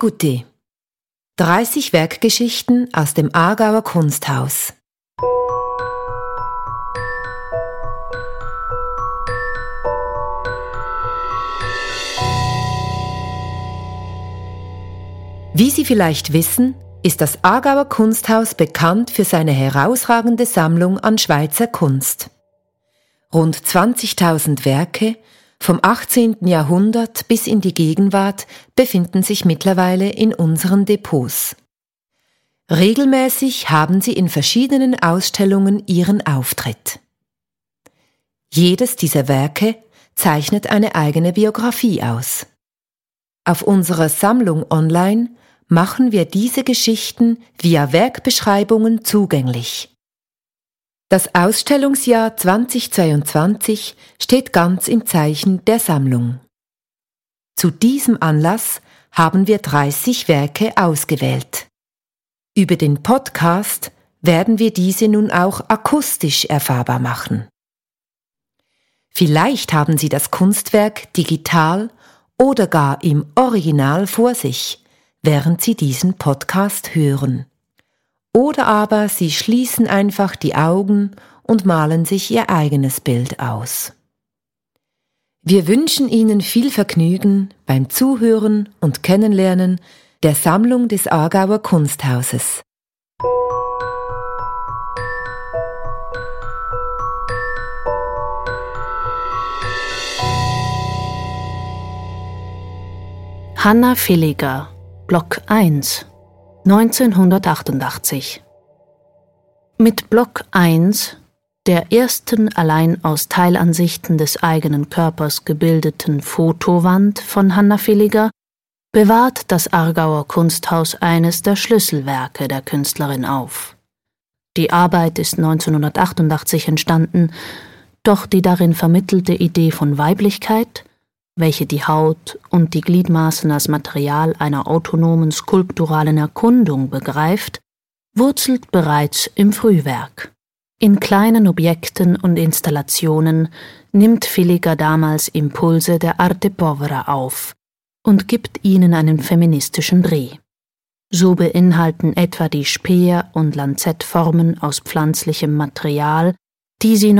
Écoutez. 30 Werkgeschichten aus dem Aargauer Kunsthaus. Wie Sie vielleicht wissen, ist das Aargauer Kunsthaus bekannt für seine herausragende Sammlung an Schweizer Kunst. Rund 20.000 Werke vom 18. Jahrhundert bis in die Gegenwart befinden sich mittlerweile in unseren Depots. Regelmäßig haben sie in verschiedenen Ausstellungen ihren Auftritt. Jedes dieser Werke zeichnet eine eigene Biografie aus. Auf unserer Sammlung online machen wir diese Geschichten via Werkbeschreibungen zugänglich. Das Ausstellungsjahr 2022 steht ganz im Zeichen der Sammlung. Zu diesem Anlass haben wir 30 Werke ausgewählt. Über den Podcast werden wir diese nun auch akustisch erfahrbar machen. Vielleicht haben Sie das Kunstwerk digital oder gar im Original vor sich, während Sie diesen Podcast hören. Oder aber Sie schließen einfach die Augen und malen sich Ihr eigenes Bild aus. Wir wünschen Ihnen viel Vergnügen beim Zuhören und Kennenlernen der Sammlung des Aargauer Kunsthauses. Hanna Villiger, Block 1, 1988. Mit Block 1, der ersten allein aus Teilansichten des eigenen Körpers gebildeten Fotowand von Hanna Villiger, bewahrt das Aargauer Kunsthaus eines der Schlüsselwerke der Künstlerin auf. Die Arbeit ist 1988 entstanden, doch die darin vermittelte Idee von Weiblichkeit, welche die Haut und die Gliedmaßen als Material einer autonomen skulpturalen Erkundung begreift, wurzelt bereits im Frühwerk. In kleinen Objekten und Installationen nimmt Villiger damals Impulse der Arte Povera auf und gibt ihnen einen feministischen Dreh. So beinhalten etwa die Speer- und Lanzettformen aus pflanzlichem Material, die sie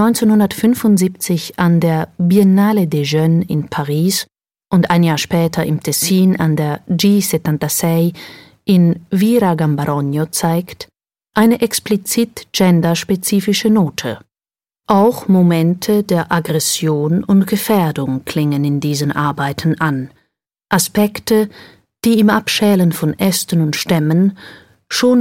1975 an der Biennale des Jeunes in Paris und ein Jahr später im Tessin an der G76 in Vira Gambarogno zeigt, eine explizit genderspezifische Note. Auch Momente der Aggression und Gefährdung klingen in diesen Arbeiten an, Aspekte, die im Abschälen von Ästen und Stämmen schon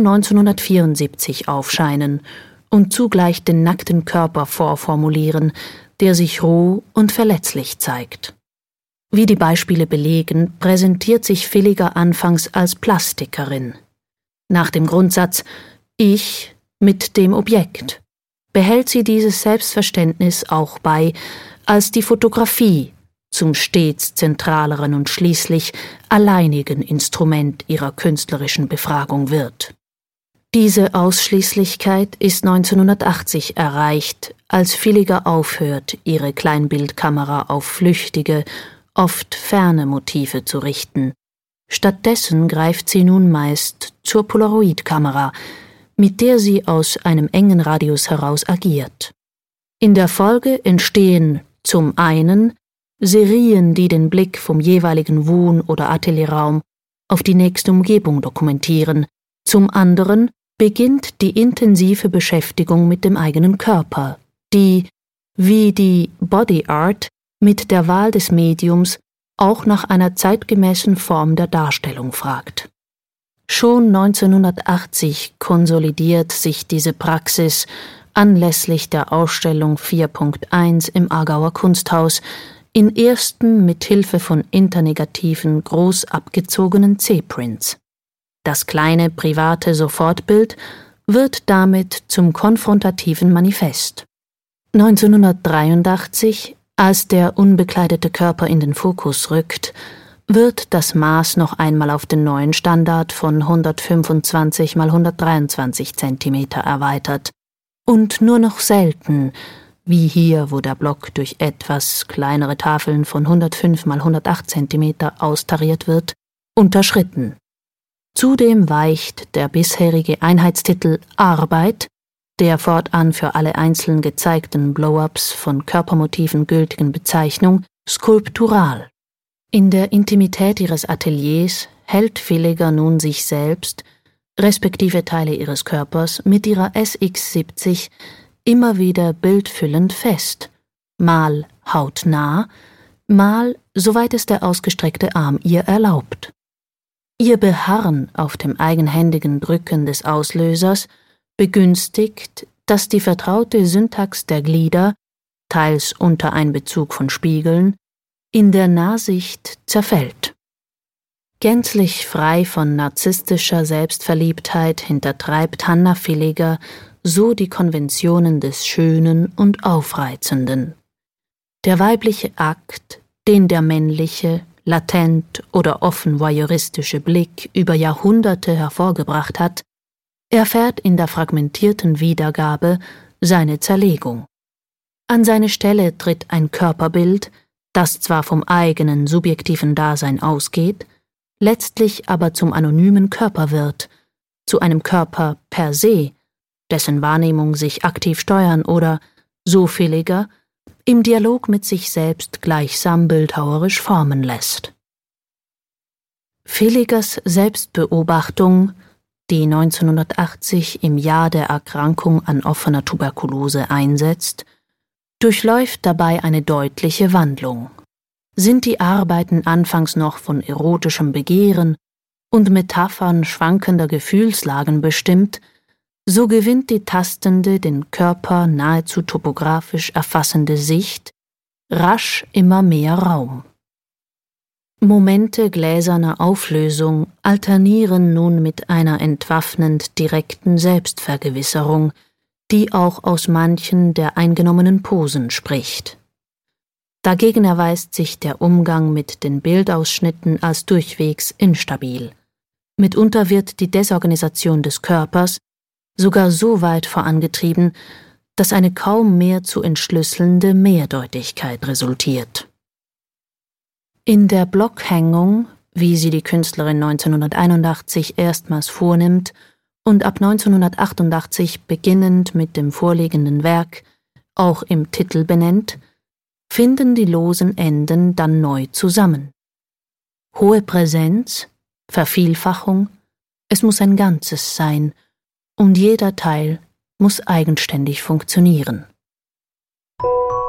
1974 aufscheinen und zugleich den nackten Körper vorformulieren, der sich roh und verletzlich zeigt. Wie die Beispiele belegen, präsentiert sich Villiger anfangs als Plastikerin. Nach dem Grundsatz »Ich mit dem Objekt« behält sie dieses Selbstverständnis auch bei, als die Fotografie zum stets zentraleren und schließlich alleinigen Instrument ihrer künstlerischen Befragung wird. Diese Ausschließlichkeit ist 1980 erreicht, als Villiger aufhört, ihre Kleinbildkamera auf flüchtige, oft ferne Motive zu richten. Stattdessen greift sie nun meist zur Polaroid-Kamera, mit der sie aus einem engen Radius heraus agiert. In der Folge entstehen zum einen Serien, die den Blick vom jeweiligen Wohn- oder Atelierraum auf die nächste Umgebung dokumentieren, zum anderen beginnt die intensive Beschäftigung mit dem eigenen Körper, die, wie die Body Art, mit der Wahl des Mediums auch nach einer zeitgemäßen Form der Darstellung fragt. Schon 1980 konsolidiert sich diese Praxis anlässlich der Ausstellung 4.1 im Aargauer Kunsthaus in ersten mit Hilfe von internegativen, groß abgezogenen C-Prints. Das kleine private Sofortbild wird damit zum konfrontativen Manifest. 1983, als der unbekleidete Körper in den Fokus rückt, wird das Maß noch einmal auf den neuen Standard von 125 x 123 cm erweitert und nur noch selten, wie hier, wo der Block durch etwas kleinere Tafeln von 105 x 108 cm austariert wird, unterschritten. Zudem weicht der bisherige Einheitstitel Arbeit, der fortan für alle einzeln gezeigten Blow-ups von Körpermotiven gültigen Bezeichnung, skulptural. In der Intimität ihres Ateliers hält Villiger nun sich selbst, respektive Teile ihres Körpers, mit ihrer SX70 immer wieder bildfüllend fest, mal hautnah, mal soweit es der ausgestreckte Arm ihr erlaubt. Ihr Beharren auf dem eigenhändigen Drücken des Auslösers begünstigt, dass die vertraute Syntax der Glieder, teils unter Einbezug von Spiegeln, in der Nahsicht zerfällt. Gänzlich frei von narzisstischer Selbstverliebtheit hintertreibt Hannah Villiger so die Konventionen des Schönen und Aufreizenden. Der weibliche Akt, den der männliche, latent oder offen voyeuristische Blick über Jahrhunderte hervorgebracht hat, erfährt in der fragmentierten Wiedergabe seine Zerlegung. An seine Stelle tritt ein Körperbild, das zwar vom eigenen subjektiven Dasein ausgeht, letztlich aber zum anonymen Körper wird, zu einem Körper per se, dessen Wahrnehmung sich aktiv steuern oder, so Villiger, im Dialog mit sich selbst gleichsam bildhauerisch formen lässt. Villigers Selbstbeobachtung, die 1980 im Jahr der Erkrankung an offener Tuberkulose einsetzt, durchläuft dabei eine deutliche Wandlung. Sind die Arbeiten anfangs noch von erotischem Begehren und Metaphern schwankender Gefühlslagen bestimmt, so gewinnt die tastende, den Körper nahezu topografisch erfassende Sicht rasch immer mehr Raum. Momente gläserner Auflösung alternieren nun mit einer entwaffnend direkten Selbstvergewisserung, die auch aus manchen der eingenommenen Posen spricht. Dagegen erweist sich der Umgang mit den Bildausschnitten als durchwegs instabil. Mitunter wird die Desorganisation des Körpers sogar so weit vorangetrieben, dass eine kaum mehr zu entschlüsselnde Mehrdeutigkeit resultiert. In der Blockhängung, wie sie die Künstlerin 1981 erstmals vornimmt und ab 1988 beginnend mit dem vorliegenden Werk auch im Titel benennt, finden die losen Enden dann neu zusammen. Hohe Präsenz, Vervielfachung, es muss ein Ganzes sein, und jeder Teil muss eigenständig funktionieren.